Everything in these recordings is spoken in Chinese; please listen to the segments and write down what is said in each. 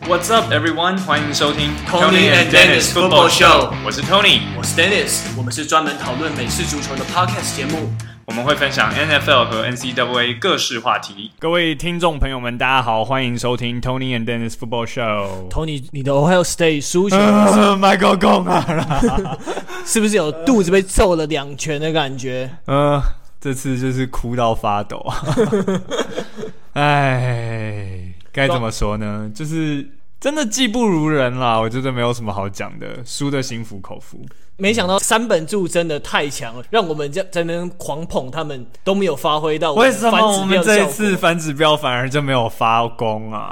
What's up, everyone？ 欢迎收听 Tony and Dennis Football Show。 我是 Tony， 我是 Dennis， 我们是专门讨论美式足球的 podcast 节目。 我们会分享 NFL 和 NCAA 各式话题。各位听众朋友们，大家好，欢迎收听 Tony and Dennis Football Show。 Tony， 你的 Ohio State 输球， 麦克公啊， 是不是有肚子被揍了2拳的感觉？ 这次就是哭到发抖啊！哎，该怎么说呢？就是真的技不如人啦，我觉得没有什么好讲的，输得心服口服。 没想到三本柱真的太强了，让我们在那边狂捧他们都没有发挥到。 为什么我们这一次反指标反而就没有发功啊？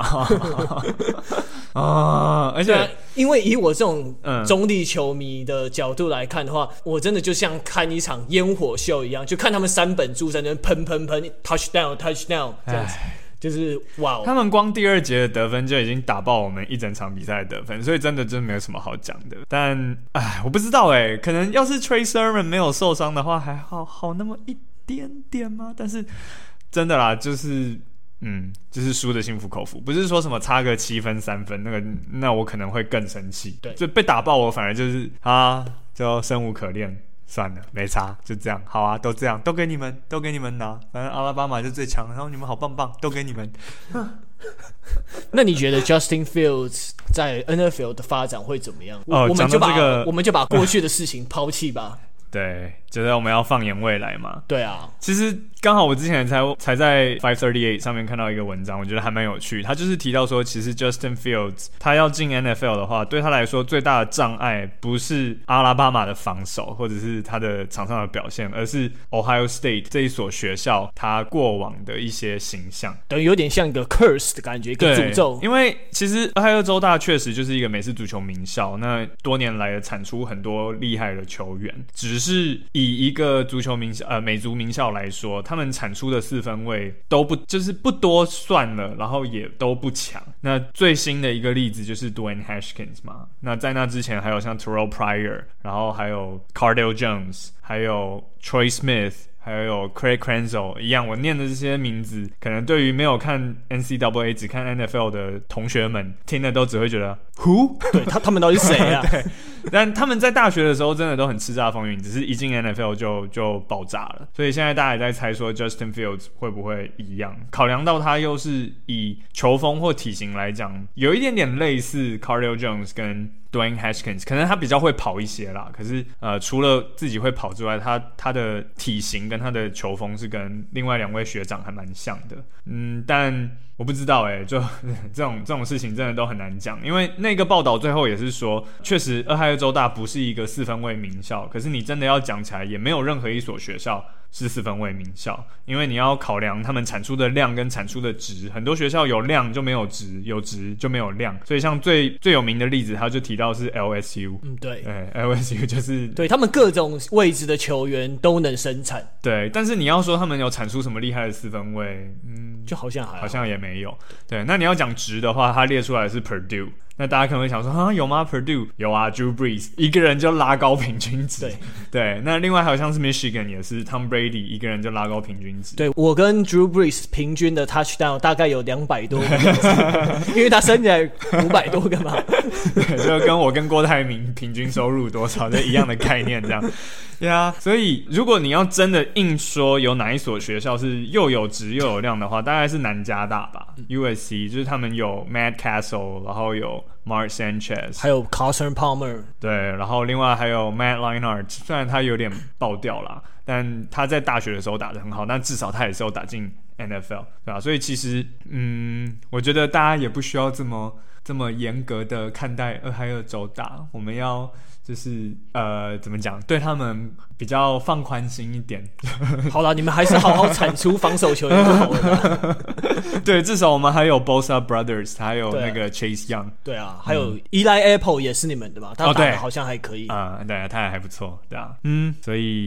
而且因为以我这种中立球迷的角度来看的话，我真的就像看一场烟火秀一样，就看他们三本柱在那边喷 touchdown 这样子。就是哇！ 他们光第2节的得分就已经打爆我们一整场比赛的得分，所以真的就没有什么好讲的。但我不知道可能要是 Trey Sermon 没有受伤的话，还好那么一点点吗？但是真的啦，就是输的心服口服，不是说什么差个7分3分，那我可能会更生气。对，就被打爆，我反而就是就生无可恋。算了，没差，就这样，好啊，都这样，都给你们拿，反正阿拉巴马就最强，然后你们好棒棒，都给你们。 那你觉得 Justin Fields 在 NFL 的发展会怎么样？我们就把过去的事情抛弃吧。 对，觉得我们要放眼未来嘛。 对啊， 其实刚好我之前才在538上面看到一个文章，我觉得还蛮有趣。他就是提到说，其实 Justin Fields 他要进 NFL 的话，对他来说最大的障碍不是阿拉巴马的防守，或者是他的场上的表现，而是 Ohio State 这一所学校他过往的一些形象， 等于有点像一个 curse 的感觉，一个诅咒。 因为其实俄亥俄州大确实就是一个美式足球名校，那多年来产出很多厉害的球员，只是以一个足球名校美足名校来说，他们产出的4分卫都不多算了，然后也都不强。那最新的一个例子就是 Dwayne Haskins 嘛，那在那之前还有像 Terrell Pryor， 然后还有 Cardale Jones， 还有 Troy Smith，还有 Craig Krenzel 一样，我念的这些名字，可能对于没有看 NCAA 只看 NFL 的同学们听了都只会觉得 Who？ 对，他们到底是谁啊？ 对，但他们在大学的时候真的都很叱咤风云，只是一进 NFL 就爆炸了。所以现在大家也在猜说 Justin Fields 会不会一样？考量到他又是以球风或体型来讲，有一点点类似 Cardale Jones 跟Dwayne Haskins， 可能他比较会跑一些啦，可是除了自己会跑之外，他的体型跟他的球风是跟另外2位学长还蛮像的。但我不知道就这种事情真的都很难讲，因为那个报道最后也是说，确实俄亥俄州大不是一个4分卫名校，可是你真的要讲起来，也没有任何一所学校是4分卫名校，因为你要考量他们产出的量跟产出的值，很多学校有量就没有值，有值就没有量，所以像最有名的例子，他就提到是 LSU， 对 ，LSU 就是对他们各种位置的球员都能生产， 对，但是你要说他们有产出什么厉害的4分卫， 就好像也没有，对，那你要讲值的话，他列出来是 Purdue。那大家可能会想说，有吗 ？Purdue 有啊 ，Drew Brees 一个人就拉高平均值。对，那另外好像是 Michigan 也是 Tom Brady 一个人就拉高平均值。 对，我跟 Drew Brees 平均的 touchdown 大概有200多个，因为他生起来500多个嘛。 对，就跟我跟郭台铭平均收入多少就一样的概念这样。对啊，所以如果你要真的硬说有哪一所学校是又有质又有量的话，大概是南加大吧，USC 就是他们有 Matt Castle， 然后有Mark Sanchez， 还有 Carson Palmer， 对，然后另外还有 Matt Leinart， 虽然他有点爆掉啦，但他在大学的时候打得很好，但至少他也是有打进 NFL， 对吧？所以其实我觉得大家也不需要这么严格的看待俄亥俄州大，我们要就是怎么讲，对他们比较放宽心一点。 好啦，你们还是好好产出防守球员就好了。 对，至少我们还有 Bosa Brothers， 还有那个 Chase Young。 对啊，还有 Eli Apple 也是你们的嘛，他打得好像还可以。 对，他也还不错，对啊。所以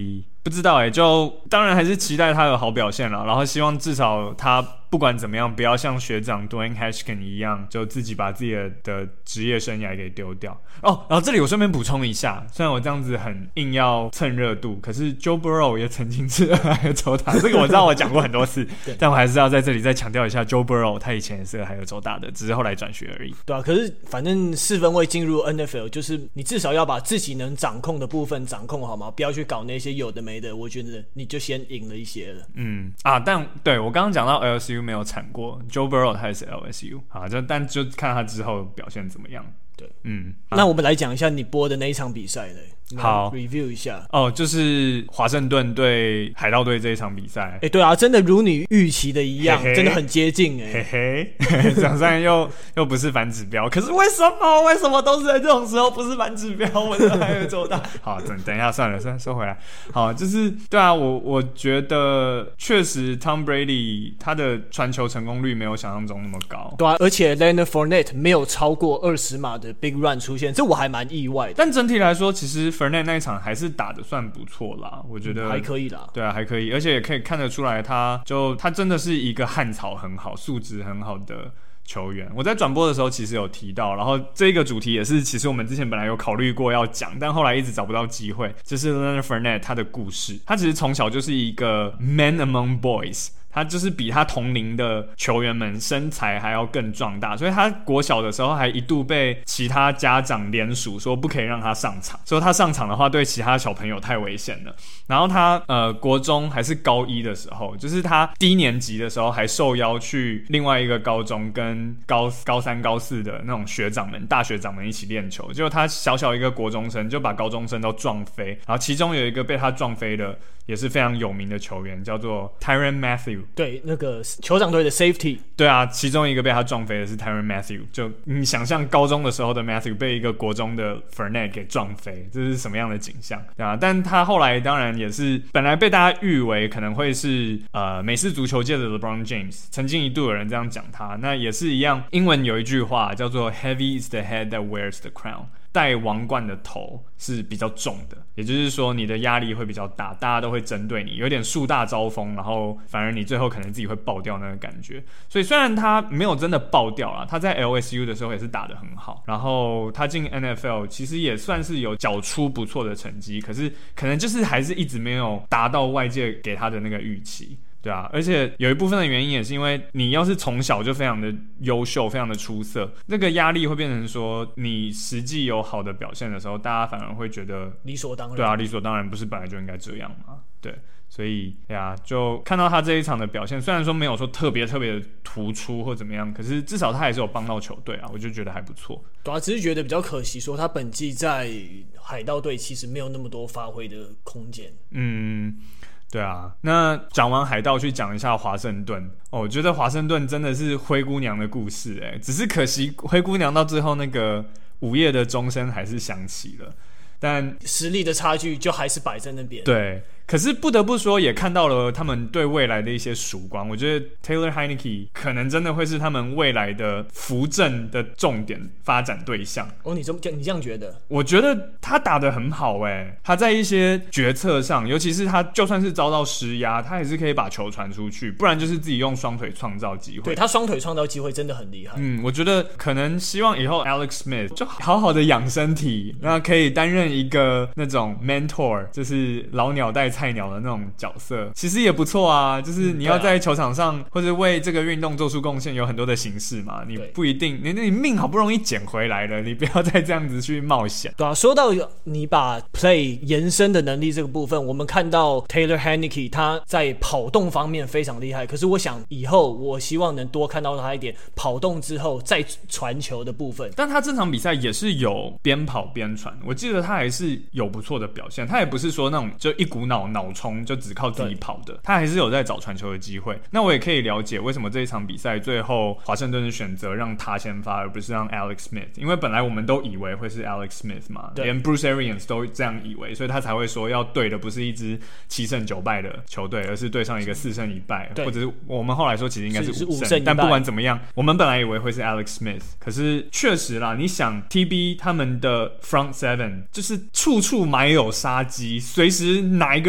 不知道就当然还是期待他有好表现啦，然后希望至少他不管怎么样，不要像学长 Dwayne Haskins 一样，就自己把自己的职业生涯给丢掉。然后这里我顺便补充一下，虽然我这样子很硬要蹭热度，可是 Joe Burrow 也曾经是俄亥俄州打，这个我知道我讲过很多次，但我还是要在这里再强调一下 ，Joe Burrow 他以前也是俄亥俄州打的，只是后来转学而已。 对啊，可是反正4分位进入 NFL， 就是你至少要把自己能掌控的部分掌控好嘛，不要去搞那些有的没的。我觉得你就先赢了一些了。 但对我刚刚讲到 LSU 没有惨过 ，Joe Burrow 他也是 LSU 但就看他之后表现怎么样。 对，那我们来讲一下你播的那一场比赛嘞。 好 ，review 一下。 就是华盛顿对海盗队这一场比赛。 对啊，真的如你预期的一样，真的很接近场上又不是反指标，可是为什么都是在这种时候不是反指标？我的还有做到。好，等一下，算了，收回来。好，就是对啊，我觉得确实 Tom Brady 他的传球成功率没有想象中那么高。 对啊，而且 Leonard Fournette 没有超过20码的 Big Run 出现，这我还蛮意外的。 但整体来说，其实 Fournette 那一场还是打得算不错啦，我觉得还可以啦。 对啊，还可以，而且也可以看得出来，他真的是一个汉草很好、素质很好的球员。我在转播的时候其实有提到，然后这个主题也是其实我们之前本来有考虑过要讲，但后来一直找不到机会。就是 Leonard Fournette 他的故事，他其实从小就是一个 man among boys。他就是比他同龄的球员们身材还要更壮大，所以他国小的时候还一度被其他家长联署说不可以让他上场，说他上场的话对其他小朋友太危险了。然后他国中还是高一的时候，就是他低年级的时候还受邀去另外一个高中跟高3、高4的那种学长们、大学长们一起练球，结果他小一个国中生就把高中生都撞飞，然后其中有一个被他撞飞的也是非常有名的球员，叫做 Tyrann Mathieu。 对，那个酋长队的 safety。 对啊，其中一个被他撞飞的是 Tyrann Mathieu。就你想象高中的时候的 Mathieu 被一个国中的 Fournette 给撞飞，这是什么样的景象？对啊，但他后来当然也是本来被大家誉为可能会是美式足球界的 LeBron James， 曾经一度有人这样讲他。那也是一样，英文有一句话叫做 Heavy is the head that wears the crown。戴王冠的头是比较重的，也就是说你的压力会比较大，大家都会针对你，有点树大招风，然后反而你最后可能自己会爆掉那个感觉。所以虽然他没有真的爆掉啦，他在 LSU 的时候也是打得很好，然后他进 NFL 其实也算是有缴出不错的成绩，可是可能就是还是一直没有达到外界给他的那个预期。对啊，而且有一部分的原因也是因为你要是从小就非常的优秀、非常的出色，那个压力会变成说你实际有好的表现的时候，大家反而会觉得理所当然。 对啊，理所当然，不是本来就应该这样嘛？对，所以就看到他这一场的表现，虽然说没有说特别的突出或怎么样，可是至少他还是有帮到球队啊，我就觉得还不错。 对啊，只是觉得比较可惜，说他本季在海盗队其实没有那么多发挥的空间。 对啊，那讲完海盗去讲一下华盛顿。我觉得华盛顿真的是灰姑娘的故事只是可惜灰姑娘到最后那个午夜的钟声还是响起了，但实力的差距就还是摆在那边。 对，可是不得不说也看到了他们对未来的一些曙光。我觉得 Taylor Heinicke 可能真的会是他们未来的扶正的重点发展对象。 你这样觉得？ 我觉得他打得很好他在一些决策上，尤其是他就算是遭到施压，他也是可以把球传出去，不然就是自己用双腿创造机会。 对，他双腿创造机会真的很厉害。 我觉得可能希望以后 Alex Smith 就好好的养身体，那可以担任一个那种 mentor， 就是老鸟带菜鸟的那种角色，其实也不错啊。就是你要在球场上或者为这个运动做出贡献，有很多的形式嘛。你不一定，你命好不容易捡回来了，你不要再这样子去冒险。 对啊，说到你把 play 延伸的能力这个部分，我们看到 Taylor Heinicke 他在跑动方面非常厉害，可是我想以后我希望能多看到他一点跑动之后再传球的部分。 但他这场比赛也是有边跑边传，我记得他还是有不错的表现，他也不是说那种就一股脑冲就只靠自己跑的，他还是有在找传球的机会。那我也可以了解为什么这一场比赛最后华盛顿是选择让他先发，而不是让 Alex Smith， 因为本来我们都以为会是 Alex Smith 嘛，连 Bruce Arians 都这样以为，所以他才会说要对的不是一支7胜9败的球队，而是对上一个4胜1败，或者是我们后来说其实应该是5胜，但不管怎么样，我们本来以为会是 Alex Smith， 可是确实啦，你想 TB 他们的 front seven 就是处处埋有杀机，随时哪一个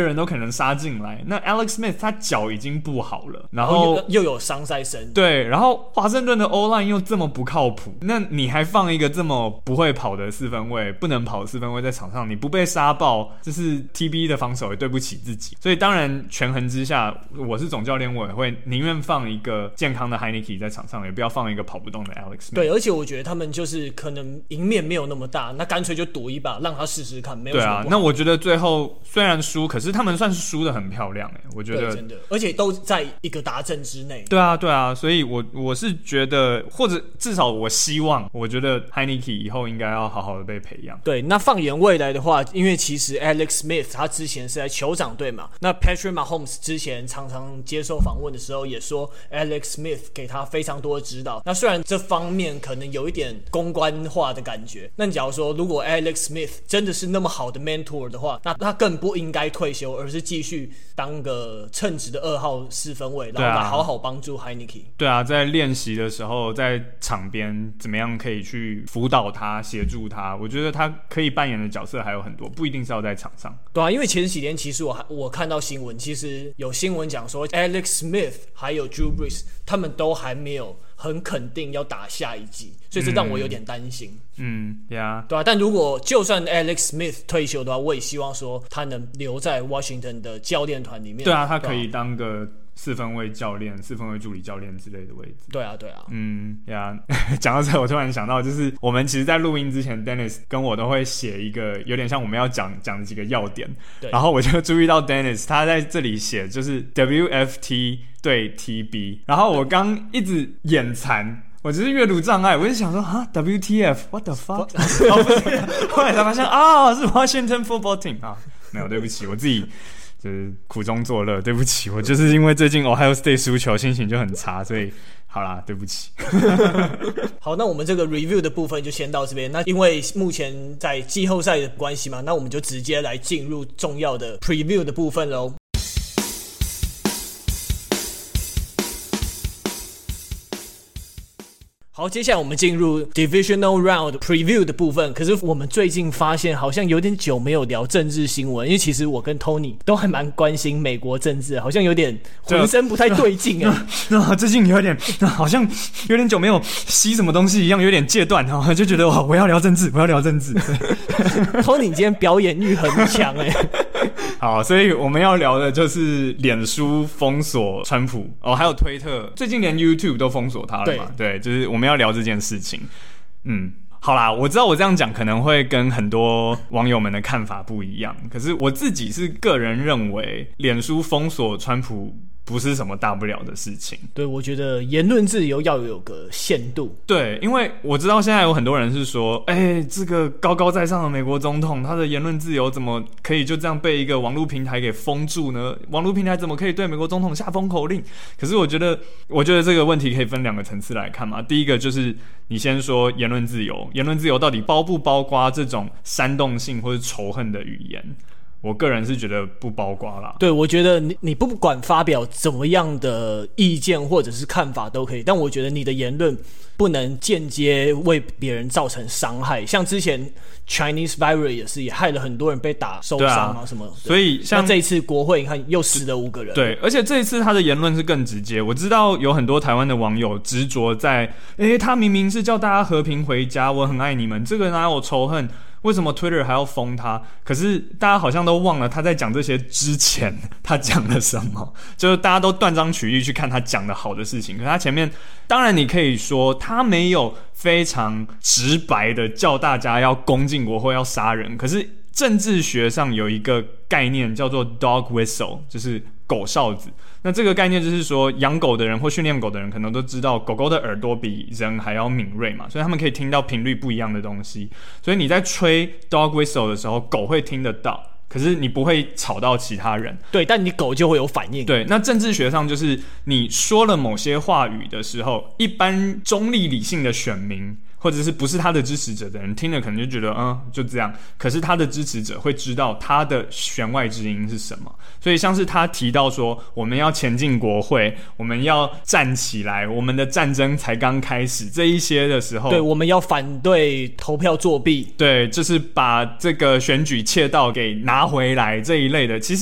人都可能杀进来。那 Alex Smith 他脚已经不好了，然后又有伤在身， 对，然后华盛顿的 O-line 又这么不靠谱，那你还放一个这么不会跑的四分卫，不能跑的四分卫在场上，你不被杀爆，这是 TB 的防守也对不起自己。所以当然权衡之下，我是总教练，我也会宁愿放一个健康的 Heinicke 在场上，也不要放一个跑不动的 Alex Smith。 对，而且我觉得他们就是可能赢面没有那么大，那干脆就赌一把，让他试试看，没有什么不好。 对啊，那我觉得最后虽然输，可是他们算是输得很漂亮我觉得真的，而且都在一个达阵之内。 对啊，所以我是觉得，或者至少我希望，我觉得 Heinicke 以后应该要好好的被培养。 对，那放眼未来的话，因为其实 Alex Smith 他之前是在酋长队嘛，那 Patrick Mahomes 之前常常接受访问的时候也说 Alex Smith 给他非常多的指导。那虽然这方面可能有一点公关化的感觉，那假如说如果 Alex Smith 真的是那么好的 mentor 的话，那他更不应该退休，而是继续当个称职的2号四分卫，然后来好好帮助 Heinicke。 对啊，在练习的时候，在场边怎么样可以去辅导他、协助他？我觉得他可以扮演的角色还有很多，不一定是要在场上。 对啊，因为前几天其实我看到新闻，其实有新闻讲说 Alex Smith 还有 Drew Brees 他们都还没有很肯定要打下一季，所以这让我有点担心。 对啊， 对啊，但如果就算 Alex Smith 退休的话，我也希望说他能留在 Washington 的教练团里面。 对啊，他可以当个四分卫教练、四分卫助理教练之类的位置。 对啊， 讲到这，我突然想到，就是我们其实，在录音之前 ，Dennis 跟我都会写一个有点像我们要讲的几个要点，然后我就注意到 Dennis 他在这里写就是 WFT 对 TB， 然后我刚一直眼馋。我只是阅读障碍，我就想说WTF What the fuck 不是，后来才发现是 Washington Football Team 没有，对不起，我自己就是苦中作乐，对不起，我就是因为最近 Ohio State 输球，心情就很差，所以好啦，对不起。 好，那我们这个 review 的部分就先到这边。那因为目前在季后赛的关系嘛，那我们就直接来进入重要的 preview 的部分咯。好，接下来我们进入 Divisional Round Preview 的部分。可是我们最近发现好像有点久没有聊政治新闻，因为其实我跟 Tony 都还蛮关心美国政治，好像有点浑身不太对劲最近有点好像有点久没有吸什么东西一样，有点戒断就觉得我要聊政治 Tony 今天表演欲很强好，所以我们要聊的就是脸书封锁川普还有推特，最近连 YouTube 都封锁他了嘛？对，就是我们要聊这件事情。好啦，我知道我这样讲可能会跟很多网友们的看法不一样，可是我自己是个人认为，脸书封锁川普不是什么大不了的事情。 对，我觉得言论自由要有个限度。 对，因为我知道现在有很多人是说，这个高高在上的美国总统，他的言论自由怎么可以就这样被一个网络平台给封住呢？网络平台怎么可以对美国总统下封口令？可是我觉得这个问题可以分2个层次来看嘛。第一个就是你先说言论自由，言论自由到底包不包括这种煽动性或是仇恨的语言？我个人是觉得不包括啦。 对，我觉得你不管发表怎么样的意见或者是看法都可以，但我觉得你的言论不能间接为别人造成伤害。像之前 Chinese virus 也害了很多人被打受伤什么。 所以像这一次国会你看又死了5个人。 对，而且这一次他的言论是更直接。我知道有很多台湾的网友执着在，他明明是叫大家和平回家，我很爱你们，这个哪有仇恨？为什么 Twitter 还要封他？可是大家好像都忘了他在讲这些之前他讲了什么，就是大家都断章取义去看他讲的好的事情。可是他前面当然你可以说他没有非常直白的叫大家要攻进国会要杀人，可是政治学上有一个概念叫做 dog whistle， 就是狗哨子。那这个概念就是说，养狗的人或训练狗的人可能都知道，狗狗的耳朵比人还要敏锐嘛，所以他们可以听到频率不一样的东西。所以你在吹 dog whistle 的时候，狗会听得到，可是你不会吵到其他人。 对，但你狗就会有反应。 对，那政治学上就是你说了某些话语的时候，一般中立理性的选民或者是不是他的支持者的人听了可能就觉得就这样，可是他的支持者会知道他的弦外之音是什么。所以像是他提到说我们要前进国会，我们要站起来，我们的战争才刚开始，这一些的时候， 对，我们要反对投票作弊， 对，就是把这个选举窃盗给拿回来这一类的，其实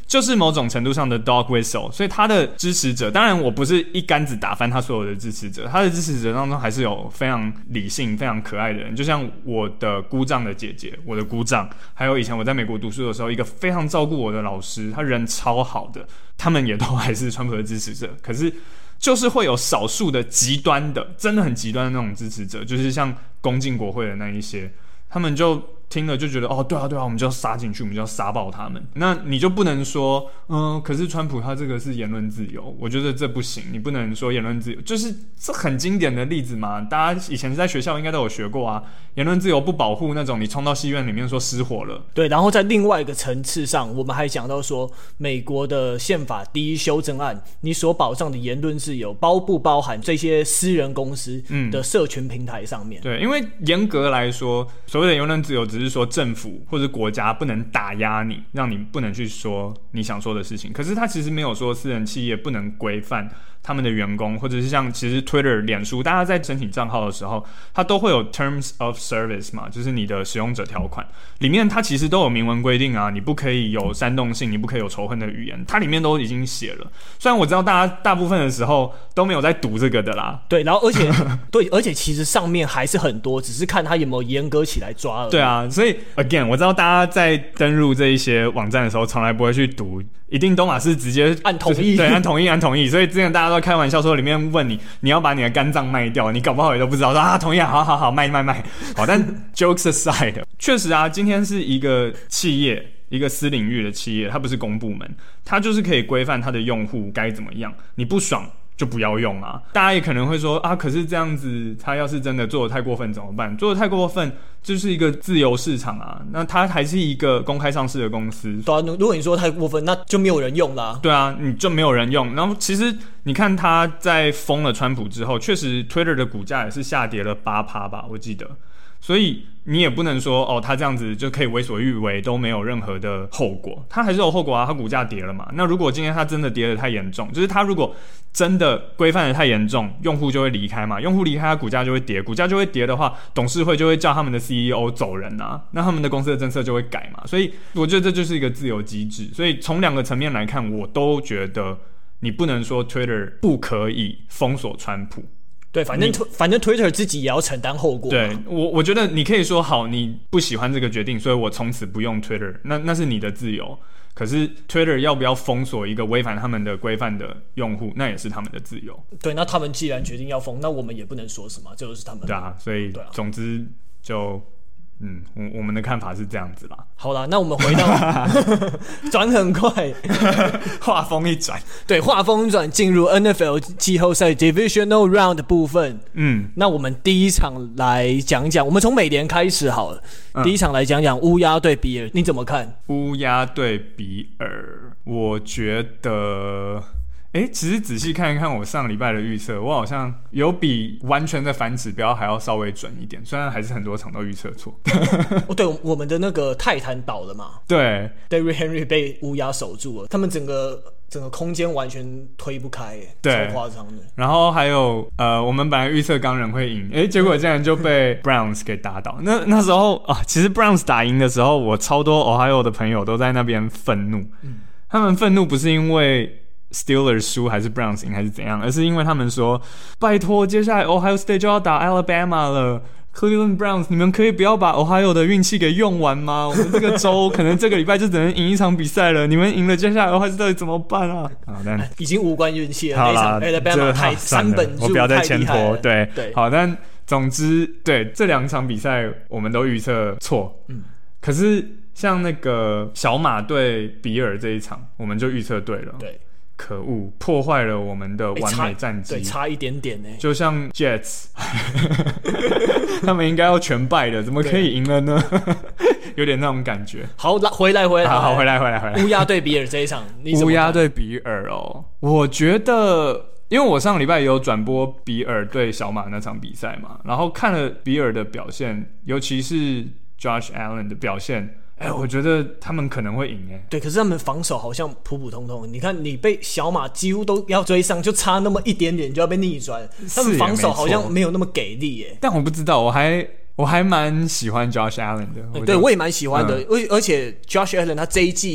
就是某种程度上的 dog whistle， 所以他的支持者，当然我不是一竿子打翻他所有的支持者，他的支持者当中还是有非常理性、非常可爱的人，就像我的姑丈的姐姐，我的姑丈，还有以前我在美国读书的时候，一个非常照顾我的老师，他人超好的，他们也都还是川普的支持者，可是就是会有少数的极端的，真的很极端的那种支持者，就是像攻进国会的那一些，他们就听了就觉得哦，对啊，我们就要杀进去，我们就要杀爆他们。那你就不能说，可是川普他这个是言论自由，我觉得这不行，你不能说言论自由，就是这很经典的例子嘛，大家以前在学校应该都有学过啊。言论自由不保护那种你冲到戏院里面说失火了， 对。然后在另外一个层次上，我们还讲到说，美国的宪法第一修正案，你所保障的言论自由包不包含这些私人公司的社群平台上面？ 对，因为严格来说，所谓的言论自由只是说政府或者国家不能打压你，让你不能去说你想说的事情。可是他其实没有说私人企业不能规范他们的员工，或者是像其实 Twitter、脸书，大家在申请账号的时候，它都会有 Terms of Service 嘛，就是你的使用者条款，里面它其实都有明文规定啊，你不可以有煽动性，你不可以有仇恨的语言，它里面都已经写了。虽然我知道大家大部分的时候都没有在读这个的啦， 对，然后而且其实上面还是很多，只是看它有没有严格起来抓而已。 对啊，所以 again， 我知道大家在登入这一些网站的时候，从来不会去读。一定都嘛是直接按同意， 对，按同意。所以之前大家都开玩笑说，里面问你要把你的肝脏卖掉，你搞不好也都不知道说啊，同意啊，好，卖。好，但 jokes aside， 确实啊，今天是一个企业，一个私领域的企业，它不是公部门，它就是可以规范它的用户该怎么样，你不爽就不要用啊。大家也可能会说啊，可是这样子，他要是真的做得太过分怎么办？做得太过分，就是一个自由市场啊，那它还是一个公开上市的公司。 对啊，如果你说太过分，那就没有人用啦。 对啊，你就没有人用。然后其实你看他在封了川普之后，确实 Twitter 的股价也是下跌了8%吧，我记得。所以你也不能说哦，他这样子就可以为所欲为，都没有任何的后果。他还是有后果啊，他股价跌了嘛。那如果今天他真的跌得太严重，就是他如果真的规范得太严重，用户就会离开嘛。用户离开，他股价就会跌，股价就会跌的话，董事会就会叫他们的 CEO 走人啊，那他们的公司的政策就会改嘛。所以我觉得这就是一个自由机制。所以从两个层面来看，我都觉得你不能说 Twitter 不可以封锁川普。 对，反正 Twitter 自己也要承担后果。 对，我觉得你可以说好，你不喜欢这个决定，所以我从此不用 Twitter， 那是你的自由。可是 Twitter 要不要封锁一个违反他们的规范的用户，那也是他们的自由。 对，那他们既然决定要封，那我们也不能说什么，这就是他们的。 对啊，所以总之就。我们的看法是这样子啦。 好啦，那我们回到转很快， 话锋一转， 对，话锋一转进入 NFL 季后赛 Divisional Round 的部分。那我们第一场来讲讲，我们从美联开始好了。第一场来讲讲乌鸦对比尔，你怎么看？ 乌鸦对比尔，我觉得。其实仔细看一看我上礼拜的预测，我好像有比完全的反指标还要稍微准一点，虽然还是很多场都预测错。 对，我们的那个泰坦倒了嘛？ 对 ，Derrick Henry 被乌鸦守住了，他们整个空间完全推不开， 对， 超夸张的。 然后还有我们本来预测钢人会赢，结果竟然就被 Browns 给打倒。那时候啊，其实 Browns 打赢的时候，我超多 Ohio 的朋友都在那边愤怒。他们愤怒不是因为Steelers 输还是 Browns 赢还是怎样，而是因为他们说拜托接下来 Ohio State 就要打 Alabama 了， Cleveland Browns 你们可以不要把 Ohio 的运气给用完吗？我们这个州可能这个礼拜就只能赢一场比赛了，你们赢了接下来 Ohio State 怎么办啊？但已经无关运气了，那场 Alabama 太三本柱， 我不要再牵拖。对，好，但总之对这两场比赛我们都预测错。可是像那个小马对比尔这一场我们就预测对了。对，可恶，破坏了我们的完美战绩。 对，差一点点呢。 就像 Jets 他们应该要全败的，怎么可以赢了呢？有点那种感觉。 好，回来。 好，回来。 乌鸦对比尔这一场，你怎么看？ 乌鸦对比尔哦，我觉得，因为我上礼拜也有转播比尔对小马那场比赛嘛，然后看了比尔的表现，尤其是 Josh Allen 的表现。我觉得他们可能会赢对，可是他们防守好像普普通通。你看，你被小马几乎都要追上，就差那么一点点就要被逆转。他们防守好像没有那么给力但我不知道，我还蛮喜欢 Josh Allen 的。 对，我也蛮喜欢的。而且 Josh Allen 他这一季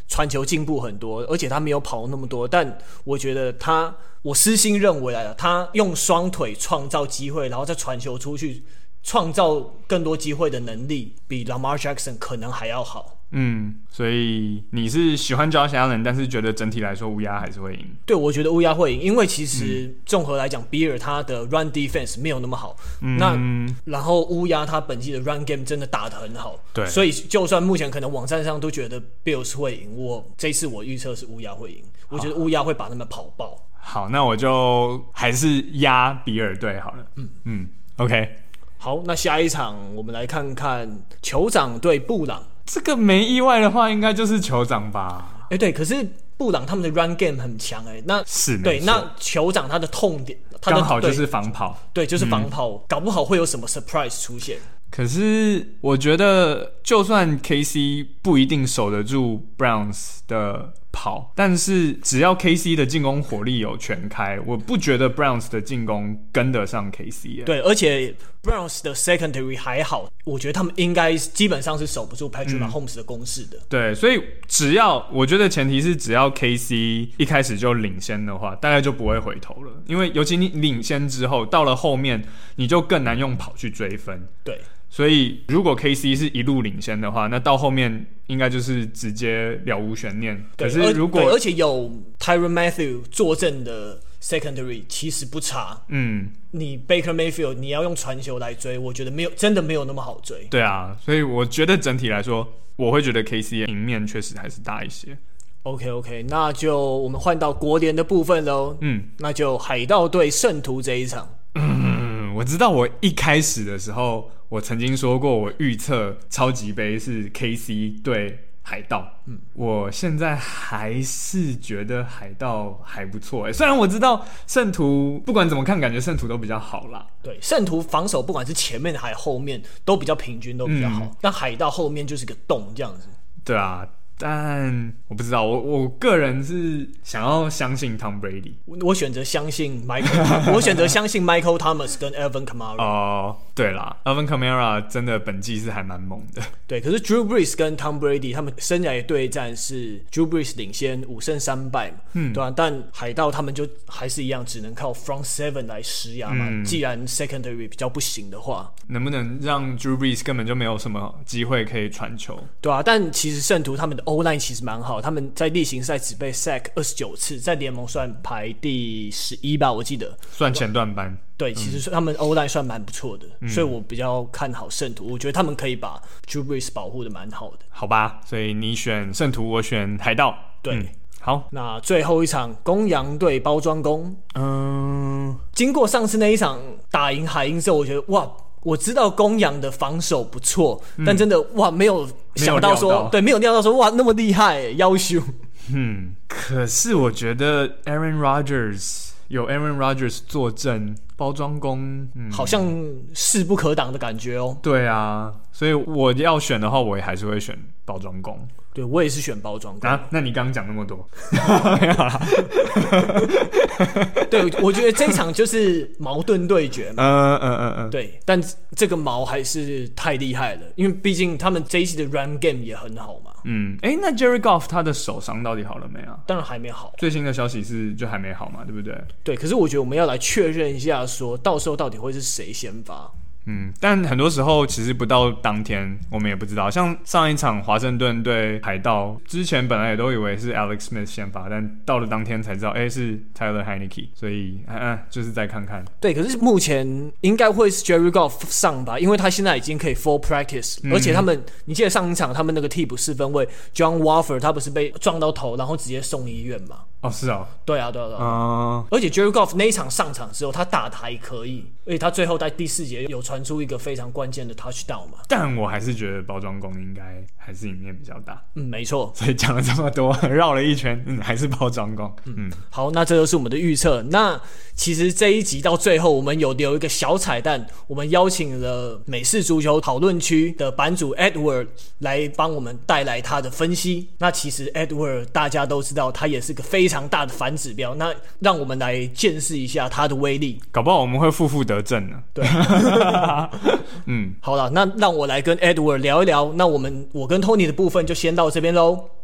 传球进步很多，而且他没有跑那么多，但我觉得我私心认为他用双腿创造机会，然后再传球出去，创造更多机会的能力，比 Lamar Jackson 可能还要好。 所以你是喜欢 Josh Allen， 但是觉得整体来说乌鸦还是会赢？ 对，我觉得乌鸦会赢，因为其实综合来讲，比尔他的 run defense 没有那么好，然后乌鸦他本季的 run game 真的打得很好， 对， 所以就算目前可能网站上都觉得 Bills 会赢，这一次我预测是乌鸦会赢，我觉得乌鸦会把他们跑爆。 好，那我就还是压比尔队好了。OK。 好，那下一场我们来看看酋长对布朗。 这个没意外的话，应该就是酋长吧？ 对，可是布朗他们的 run game 很强那是对，那酋长他的痛点刚好就是防跑， 对，就是防跑，搞不好会有什么 surprise 出现。 可是我觉得，就算 KC 不一定守得住 Browns 的跑，但是只要 KC 的进攻火力有全开，我不觉得 Browns 的进攻跟得上 KC。对， 而且 Browns 的 secondary 还好，我觉得他们应该基本上是守不住 Patrick Mahomes 的攻势的。 对，所以我觉得前提是只要 KC 一开始就领先的话，大概就不会回头了。因为尤其你领先之后，到了后面你就更难用跑去追分。 对。 所以，如果 KC 是一路领先的话，那到后面应该就是直接了无悬念。可是如果而且有 Tyrann Mathieu 坐镇的 secondary 其实不差。你 Baker Mayfield 你要用传球来追，我觉得真的没有那么好追。 对啊，所以我觉得整体来说，我会觉得 KC 的赢面确实还是大一些。 OK， 那就我们换到国联的部分喽。那就海盗对圣徒这一场。 我知道我一开始的时候，我曾经说过，我预测超级杯是 KC 对海盗。我现在还是觉得海盗还不错虽然我知道圣徒不管怎么看，感觉圣徒都比较好啦。 对，圣徒防守不管是前面还是后面都比较平均，都比较好。但海盗后面就是个洞这样子。 对啊。但我不知道，我个人是想要相信 Tom Brady， 我选择相信 Michael， 我选择相信 Michael Thomas 跟 Alvin Kamara。对啦 ，Alvin Kamara 真的本季是还蛮猛的。 对，可是 Drew Brees 跟 Tom Brady 他们生涯的对战是 Drew Brees 领先5胜3败嘛，对吧？但海盗他们就还是一样，只能靠 front seven 来施压嘛。既然 secondary 比较不行的话， 能不能让 Drew Brees 根本就没有什么机会可以传球？ 对啊，但其实圣徒他们的O-line 其实蛮好，他们在例行赛只被 sack 29次，在联盟算排第11吧，我记得算前段班。 对，其实他们 O-line 算蛮不错的，所以我比较看好圣徒，我觉得他们可以把 Drew Brees 保护的蛮好的。 好吧，所以你选圣徒，我选海盗。 对， 好， 那最后一场公羊对包装工。经过上次那一场打赢海鹰之后，我觉得哇。我知道公羊的防守不错，但真的哇，没有想到说，对，没有料到说哇那么厉害，要求。 可是我觉得 Aaron Rodgers 坐镇，包装工， 好像势不可挡的感觉哦。 对啊，所以我要选的话，我也还是会选包装工。 对，我也是选包装工。 那你刚刚讲那么多， 没有啦。对，我觉得这一场就是矛盾对决嘛。对，但这个矛还是太厉害了，因为毕竟他们这一季的 run game 也很好嘛。 那 Jared Goff 他的手伤到底好了没啊？ 当然还没好。 最新的消息是就还没好嘛，对不对？ 对，可是我觉得我们要来确认一下，说到时候到底会是谁先发。 但很多时候其实不到当天我们也不知道，像上一场华盛顿对海盗之前本来也都以为是 Alex Smith 先发，但到了当天才知道是 Tyler Heinicke， 所以就是再看看。 对，可是目前应该会是 Jared Goff 上吧，因为他现在已经可以 full practice，而且你记得上一场他们那个替补4分卫 John Wolford 他不是被撞到头然后直接送医院吗？ 是啊。 对啊。而且 Jared Goff 那一场上场之后他打得还可以，而且他最后在第4节有传出一个非常关键的 touchdown 嘛。 但我还是觉得包装工应该还是赢面比较大。 没错。 所以讲了这么多，绕了一圈，还是包装工。 好，那这就是我们的预测。那其实这一集到最后我们有留一个小彩蛋，我们邀请了美式足球讨论区的版主 Edward 来帮我们带来他的分析。那其实 Edward 大家都知道他也是个非常大的反指标，那让我们来见识一下他的威力， 搞不好我们会负得正呢。 对。好了，那让我来跟 Edward 聊一聊。那我跟 Tony 的部分就先到这边咯。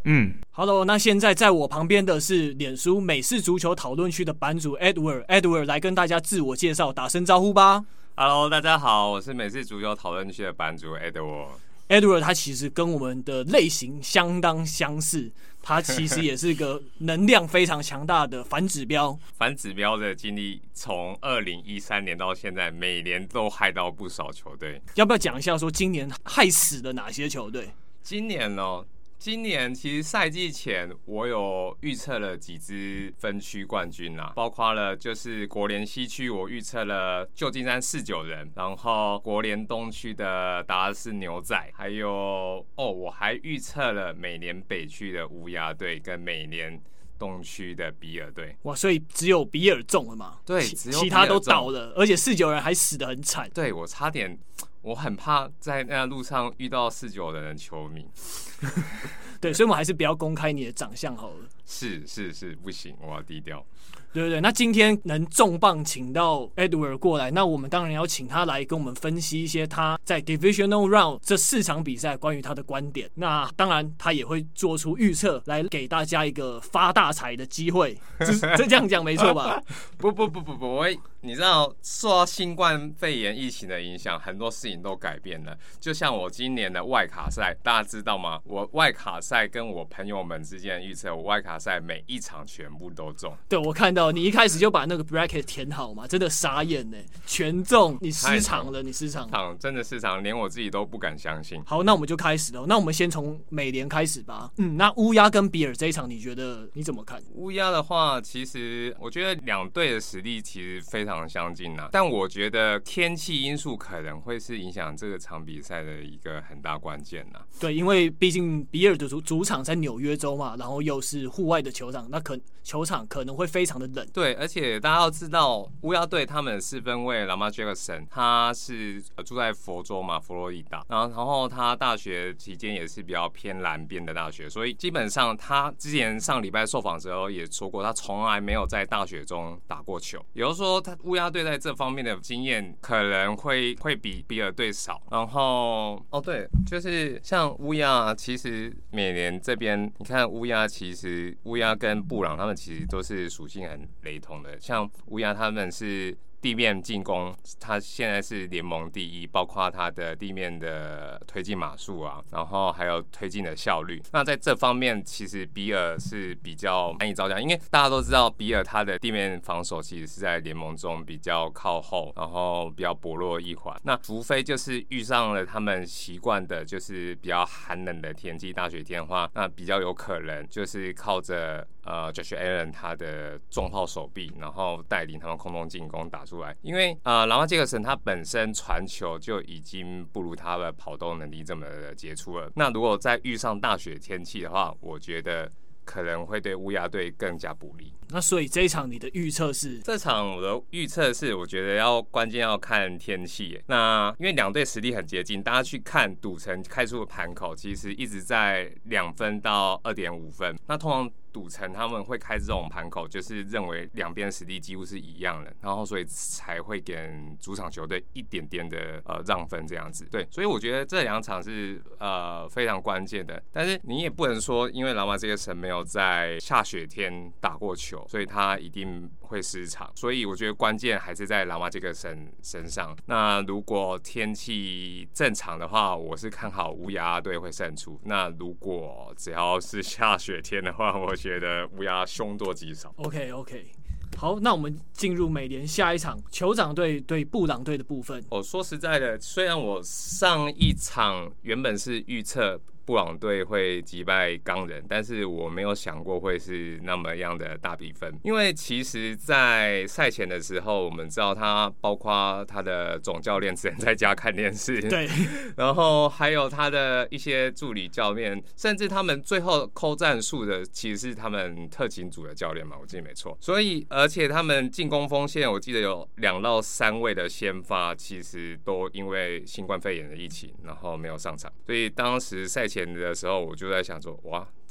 Hello， 那现在在我旁边的是脸书美式足球讨论区的版主 Edward 来跟大家自我介绍，打声招呼吧。 Hello， 大家好，我是美式足球讨论区的版主 Edward 他其实跟我们的类型相当相似，他其实也是个能量非常强大的反指标。 反指标的经历从2013年到现在，每年都害到不少球队。 要不要讲一下说今年害死了哪些球队？ 今年其实赛季前我有预测了几支分区冠军啦，包括了就是国联西区我预测了旧金山49人，然后国联东区的达拉斯牛仔，还有我还预测了美联北区的乌鸦队跟美联东区的比尔队。 哇，所以只有比尔中了嘛？ 对，只有比尔中， 其他都倒了，而且49人还死得很惨。 对，我很怕在那路上遇到49人的球迷。 对，所以我们还是不要公开你的长相好了。 是，不行，我要低调。 对，那今天能重磅请到 Edward 过来，那我们当然要请他来跟我们分析一些他在 Divisional Round 这4场比赛关于他的观点。那当然他也会做出预测，来给大家一个发大财的机会。这样讲没错吧？ 不，你知道受到新冠肺炎疫情的影响，很多事情都改变了。就像我今年的外卡赛，大家知道吗？我外卡赛跟我朋友们之间的预测，我外卡赛每一场全部都中。 对，我看到你一开始就把那个 bracket 填好嘛，真的傻眼呢，全中，你失常了， 真的失常，连我自己都不敢相信。 好，那我们就开始了。那我们先从美联开始吧。那乌鸦跟比尔这一场，你觉得你怎么看？ 乌鸦的话，其实我觉得两队的实力其实非常相近啦，但我觉得天气因素可能会是影响这个场比赛的一个很大关键啦。 对，因为毕竟比尔的主场在纽约州嘛，然后又是户外的球场，那球场可能会非常的冷。 对，而且大家要知道，乌鸦队他们的4分卫 Lamar Jackson， 他是住在佛州嘛，佛罗里达，然后他大学期间也是比较偏南边的大学，所以基本上他之前上礼拜受访的时候也说过，他从来没有在大学中打过球，也就是说，他乌鸦队在这方面的经验可能会比比尔队少。然后对，就是像乌鸦，其实美联这边，你看乌鸦跟布朗他们其实都是属性很雷同的，像乌鸦他们是地面进攻，他现在是联盟第1，包括他的地面的推进码数啊，然后还有推进的效率。那在这方面，其实比尔是比较难以招架，因为大家都知道比尔他的地面防守其实是在联盟中比较靠后，然后比较薄弱一环。那除非就是遇上了他们习惯的，就是比较寒冷的天气，大雪天的话，那比较有可能就是靠着Josh Allen 他的重炮手臂，然后带领他们空中进攻打出来。因为拉马杰克森他本身传球就已经不如他的跑动能力这么的杰出了。那如果再遇上大雪天气的话，我觉得可能会对乌鸦队更加不利。 那所以这一场你的预测是？ 这场我的预测是，我觉得关键要看天气。那因为两队实力很接近，大家去看赌城开出的盘口，其实一直在2分到2.5分。那通常赌城他们会开这种盘口，就是认为两边实力几乎是一样的，然后所以才会给主场球队一点点的让分这样子。对，所以我觉得这2场是非常关键的。但是你也不能说，因为拉马这个神没有在下雪天打过球，所以他一定会失常。所以我觉得关键还是在拉马这个神身上。那如果天气正常的话，我是看好乌鸦队会胜出。那如果只要是下雪天的话，我觉得乌鸦凶多吉少。 OK， 好，那我们进入美联下一场酋长队对布朗队的部分。 说实在的，虽然我上一场原本是预测布朗队会击败钢人，但是我没有想过会是那么样的大比分。因为其实在赛前的时候，我们知道他包括他的总教练只能在家看电视， 对， 然后还有他的一些助理教练，甚至他们最后扣战术的其实是他们特勤组的教练嘛，我记得没错。所以而且他们进攻锋线，我记得有2到3位的先发，其实都因为新冠肺炎的疫情，然后没有上场。所以当时赛前的时候，我就在想说，哇，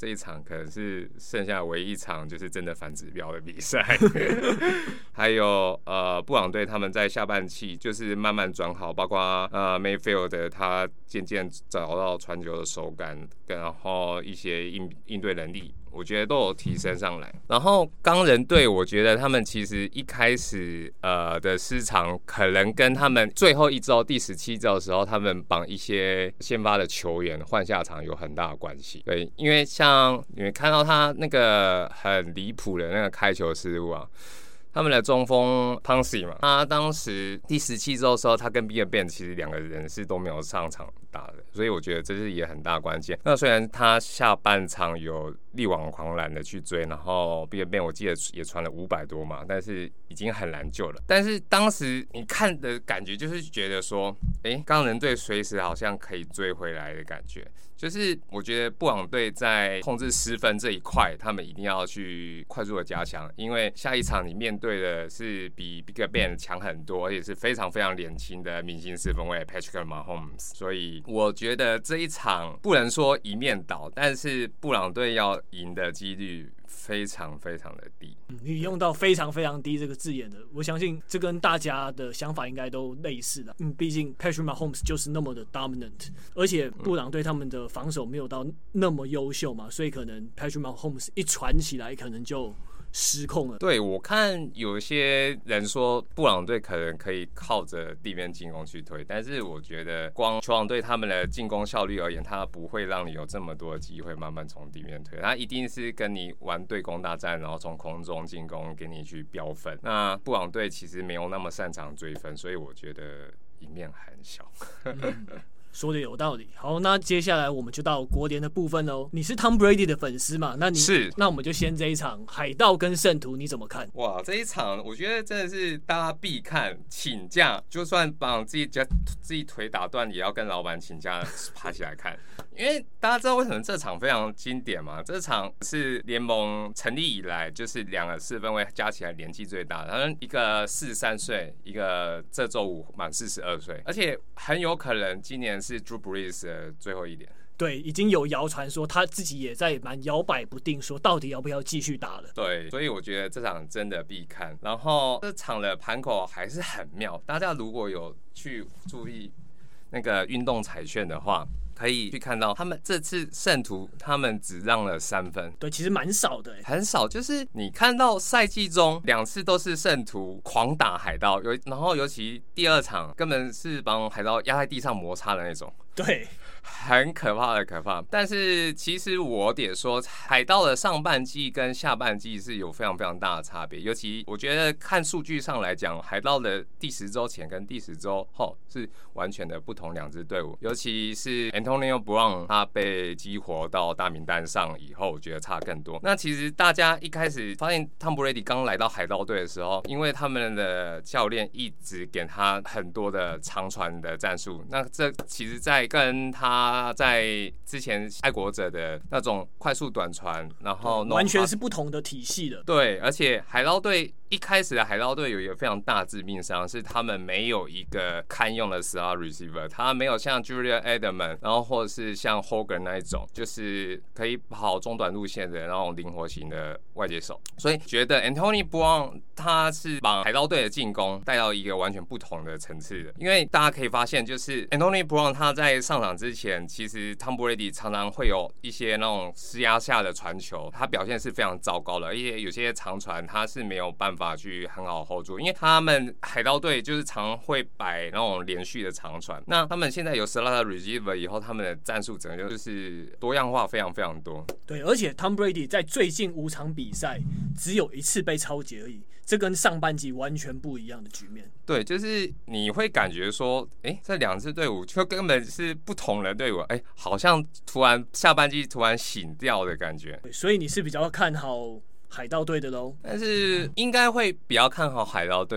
这一场可能是剩下唯一一场就是真的反指标的比赛。还有布朗队他们在下半期就是慢慢转好，包括Mayfield 他渐渐找到传球的手感，然后一些应对能力，我觉得都有提升上来。然后钢人队，我觉得他们其实一开始的失常，可能跟他们最后一周第17周的时候，他们绑一些先发的球员换下场有很大的关系。对，因为像你们看到他那个很离谱的那个开球失误啊。他们的中锋 Pouncey 嘛，他当时第17周的时候，他跟 Big Ben 其实两个人是都没有上场打的，所以我觉得这是也很大关键。那虽然他下半场有力挽狂澜的去追，然后 Big Ben 我记得也传了500多嘛，但是已经很难救了。但是当时你看的感觉就是觉得说，钢人队随时好像可以追回来的感觉。就是我觉得布朗队在控制失分这一块，他们一定要去快速的加强，因为下一场你面对的是比 Big Ben 强很多，而且是非常非常年轻的明星四分卫 Patrick Mahomes， 所以我觉得这一场不能说一面倒，但是布朗队要赢的几率非常非常的低。 你用到非常非常低这个字眼的，我相信这跟大家的想法应该都类似的。毕竟 Patrick Mahomes 就是那么的 dominant， 而且布朗队他们的防守没有到那么优秀嘛，所以可能 Patrick Mahomes 一传起来，可能就失控了。 对，我看有些人说布朗队可能可以靠着地面进攻去推，但是我觉得光球王队他们的进攻效率而言，他不会让你有这么多的机会慢慢从地面推，他一定是跟你玩对攻大战，然后从空中进攻给你去飙分。那布朗队其实没有那么擅长追分，所以我觉得赢面很小。 说的有道理。好，那接下来我们就到国联的部分喽。你是 Tom Brady 的粉丝嘛？那我们就先这一场海盗跟圣徒，你怎么看？ 哇，这一场我觉得真的是大家必看，请假就算把自己腿打断，也要跟老板请假爬起来看。因为大家知道为什么这场非常经典吗？这场是联盟成立以来就是两个四分卫加起来年纪最大的，他们一个43岁，一个这周五满42岁，而且很有可能今年是 Drew Brees 的最后一年。 对，已经有谣传说他自己也在蛮摇摆不定，说到底要不要继续打了。 对，所以我觉得这场真的必看。然后这场的盘口还是很妙，大家如果有去注意那个运动彩券的话，可以去看到他们这次圣徒他们只让了3分， 对，其实蛮少的， 很少。就是你看到赛季中2次都是圣徒狂打海盗，然后尤其第2场根本是把海盗压在地上摩擦的那种。 对， 很可怕的可怕。但是其实我得说，海盗的上半季跟下半季是有非常非常大的差别。尤其我觉得看数据上来讲，海盗的第10周前跟第10周后是完全的不同2支队伍。尤其是 Antonio Brown 他被激活到大名单上以后，我觉得差更多。那其实大家一开始发现 Tom Brady 刚来到海盗队的时候，因为他们的教练一直给他很多的长传的战术，那这其实在跟他在之前爱国者的那种快速短传，然后完全是不同的体系的。 对，而且海盗队一开始的海盗队有一个非常大致命伤，是他们没有一个堪用的10号 receiver， 他没有像 Julian Edelman， 然后或者是像 Hogan 那一种，就是可以跑中短路线的那种灵活型的外接手。所以觉得 Antonio Brown 他是把海盗队的进攻带到一个完全不同的层次的。因为大家可以发现，就是 Antonio Brown 他在上场之前，其实 Tom Brady 常常会有一些那种施压下的传球，他表现是非常糟糕的，而且有些长传他是没有办法去很好 hold 住，因为他们海盗队就是常会摆那种连续的长传。那他们现在有 slot receiver 以后，他们的战术整个就是多样化非常非常多。 对，而且 Tom Brady 在最近5场比赛只有1次被抄截而已，这跟上半季完全不一样的局面。 对，就是你会感觉说，这2支队伍就根本是不同的队伍，好像突然下半季突然醒掉的感觉。 所以你是比较看好海盗队的咯？ 但是应该会比较看好海盗队啦。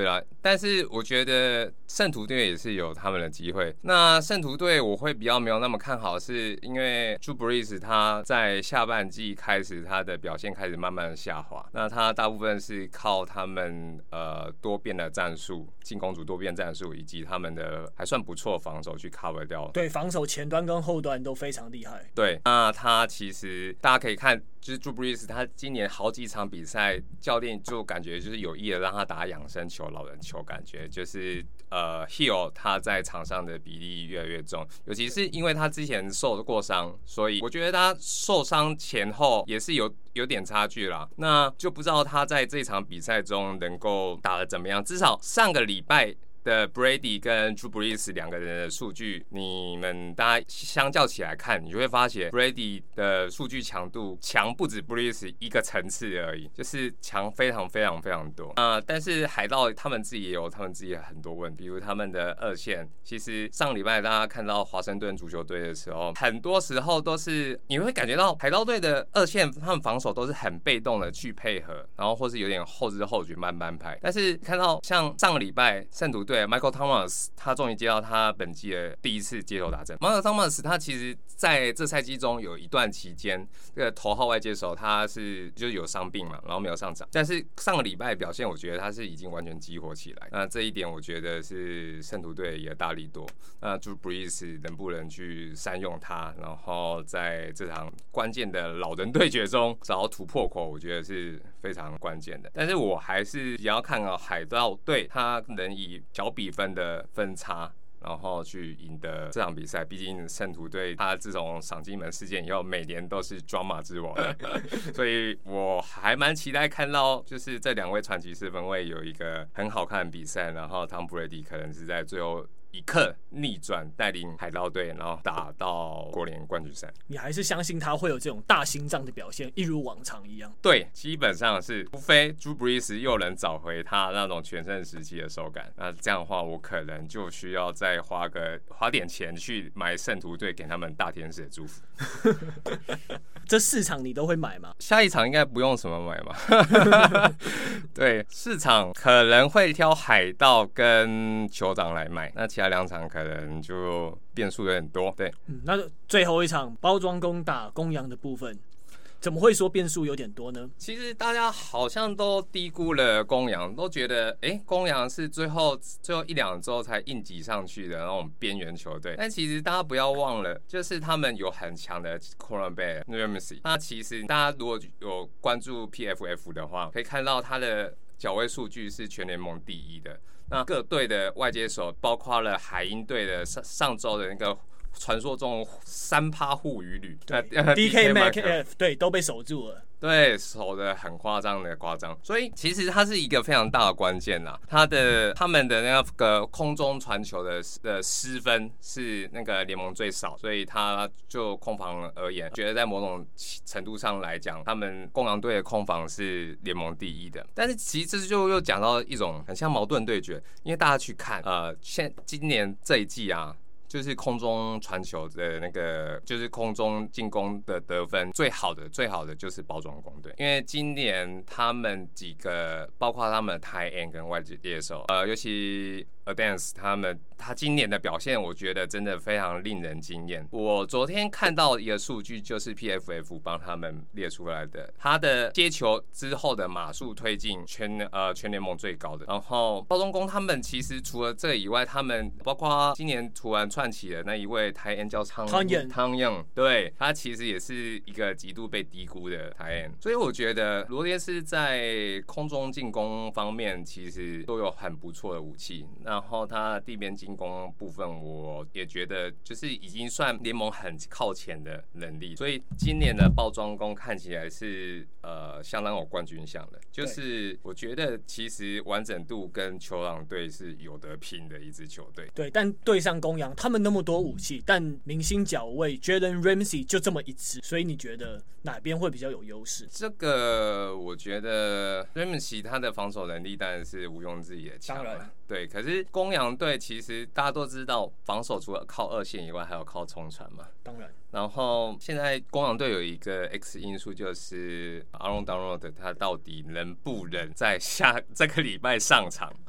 但是我觉得圣徒队也是有他们的机会。那圣徒队我会比较没有那么看好，是因为 Drew Brees 他在下半季开始他的表现开始慢慢的下滑，那他大部分是靠他们多变的战术，进攻组多变战术，以及他们的还算不错防守去 cover 掉。 对，防守前端跟后端都非常厉害。 对，那他其实大家可以看，就是 Drew Brees 他今年好几场比赛，教练就感觉就是有意的让他打养生球、老人球，感觉就是Hill 他在场上的比例越来越重，尤其是因为他之前受过伤，所以我觉得他受伤前后也是有点差距啦。那就不知道他在这场比赛中能够打得怎么样。至少上个礼拜的 Brady 跟 Drew Brees 两个人的数据，你们大家相较起来看，你就会发现 Brady 的数据强度强不止 Brees 一个层次而已，就是强非常非常非常多。但是海盗他们自己也有他们自己的很多问题，比如他们的二线，其实上礼拜大家看到华盛顿足球队的时候，很多时候都是你会感觉到海盗队的二线他们防守都是很被动的去配合，然后或是有点后知后觉慢慢拍。但是看到像上个礼拜圣徒队Michael Thomas 他终于接到他本季的第一次接球打阵。Michael Thomas 他其实在这赛季中有一段期间，这个头号外接手他是就是有伤病嘛，然后没有上场。但是上个礼拜表现，我觉得他是已经完全激活起来。那这一点我觉得是圣徒队也大力多。那 Drew Brees 能不能去善用他，然后在这场关键的老人对决中找到突破口，我觉得是非常关键的。但是我还是比较看好海盗队，他能以小比分的分差，然后去赢得这场比赛。毕竟圣徒队他自从赏金门事件以后，每年都是 drama 之王，所以我还蛮期待看到就是这两位传奇四分卫有一个很好看的比赛，然后 Tom Brady 可能是在最后一刻逆转，带领海盗队，然后打到国联冠军赛。 你还是相信他会有这种大心脏的表现，一如往常一样？ 对，基本上是，除非 Drew Brees 又能找回他那种全盛时期的手感，那这样的话，我可能就需要再花点钱去买圣徒队，给他们大天使的祝福。 这4场你都会买吗？ 下一场应该不用什么买吧？对，市场可能会挑海盗跟酋长来买，那其他2场可能就变数有点多。对， 那最后一场包装工打公羊的部分，怎么会说变数有点多呢？ 其实大家好像都低估了公羊，都觉得公羊是最后1-2周才硬挤上去的那种边缘球队。但其实大家不要忘了，就是他们有很强的 cornerback Ramsey。那其实大家如果有关注 PFF 的话，可以看到他的脚位数据是全联盟第1的。那各队的外接手，包括了海鹰队的上周的那个传说中3%护鱼率 ，DK Metcalf 对都被守住了。 对，守的很夸张，所以其实它是一个非常大的关键啦。他们的那个空中传球的失分是那个联盟最少，所以他就空防而言，觉得在某种程度上来讲，他们公羊队的空防是联盟第1的。但是其实这就又讲到一种很像矛盾对决，因为大家去看今年这一季啊，就是空中传球的那个，就是空中进攻的得分最好的就是包装工队，因为今年他们几个，包括他们的 tight end 跟外接手，尤其Adams 他今年的表现，我觉得真的非常令人惊艳。我昨天看到一个数据，就是 PFF 帮他们列出来的，他的接球之后的码数推进全联盟最高的。然后包装工他们其实除了这以外，他们包括今年突然串起的那一位台end叫汤彦，对，他其实也是一个极度被低估的台end。所以我觉得罗列斯在空中进攻方面其实都有很不错的武器。然后他地面进攻部分，我也觉得就是已经算联盟很靠前的能力，所以今年的包装工看起来是相当有冠军相的。就是我觉得其实完整度跟酋长队是有得拼的一支球队。 对，但对上公羊，他们那么多武器，但明星角位 Jalen Ramsey 就这么一支，所以你觉得哪边会比较有优势？ 这个我觉得 Ramsey 他的防守能力当然是毋庸置疑的强了。对，可是公羊队其实大家都知道，防守除了靠2线以外，还有靠冲传嘛。 当然。 然后现在公羊队有一个 X 因素，就是 Aaron Donald 他到底能不能在这个礼拜上场？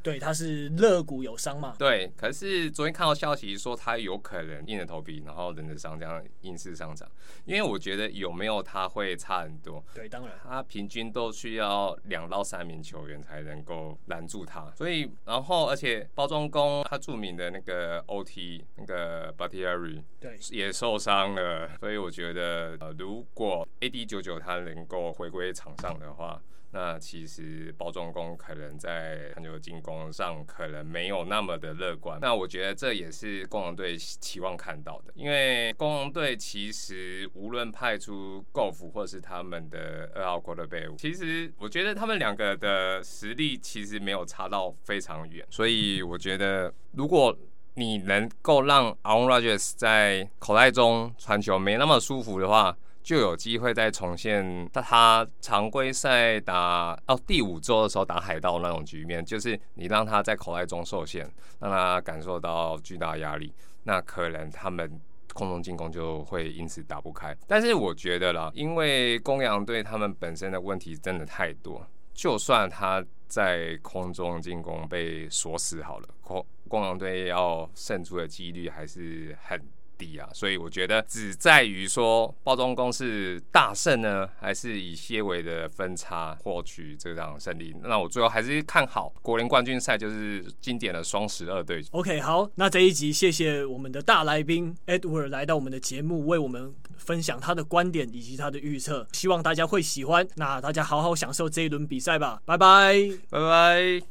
对，他是肋骨有伤嘛。 对，可是昨天看到消息说他有可能硬着头皮，然后忍着伤这样硬式上场，因为我觉得有没有他会差很多。 对，当然他平均都需要2到3名球员才能够拦住他，所以然后而且包装工他著名的那个 OT 那个 Bakhtiari 对也受伤了，所以我觉得如果 AD99 他能够回归场上的话，那其实包装工可能在传球进攻上可能没有那么的乐观。那我觉得这也是公羊队期望看到的，因为公羊队其实无论派出 Goff 或是他们的2号 quarterback， 其实我觉得他们2个的实力其实没有差到非常远，所以我觉得如果你能够让 Aaron Rodgers 在口袋中传球没那么舒服的话，就有机会再重现他常规赛打第5周的时候打海盗那种局面，就是你让他在口袋中受限，让他感受到巨大压力，那可能他们空中进攻就会因此打不开。但是我觉得啦，因为公羊队他们本身的问题真的太多，就算他在空中进攻被锁死好了，公羊队要胜出的几率还是很低啊，所以我觉得只在于说包装工是大胜呢，还是以些微的分差获取这场胜利。那我最后还是看好国联冠军赛，就是经典的双12对决。 OK， 好，那这一集谢谢我们的大来宾 Edward 来到我们的节目，为我们分享他的观点以及他的预测，希望大家会喜欢。那大家好好享受这一轮比赛吧，拜拜， 拜拜。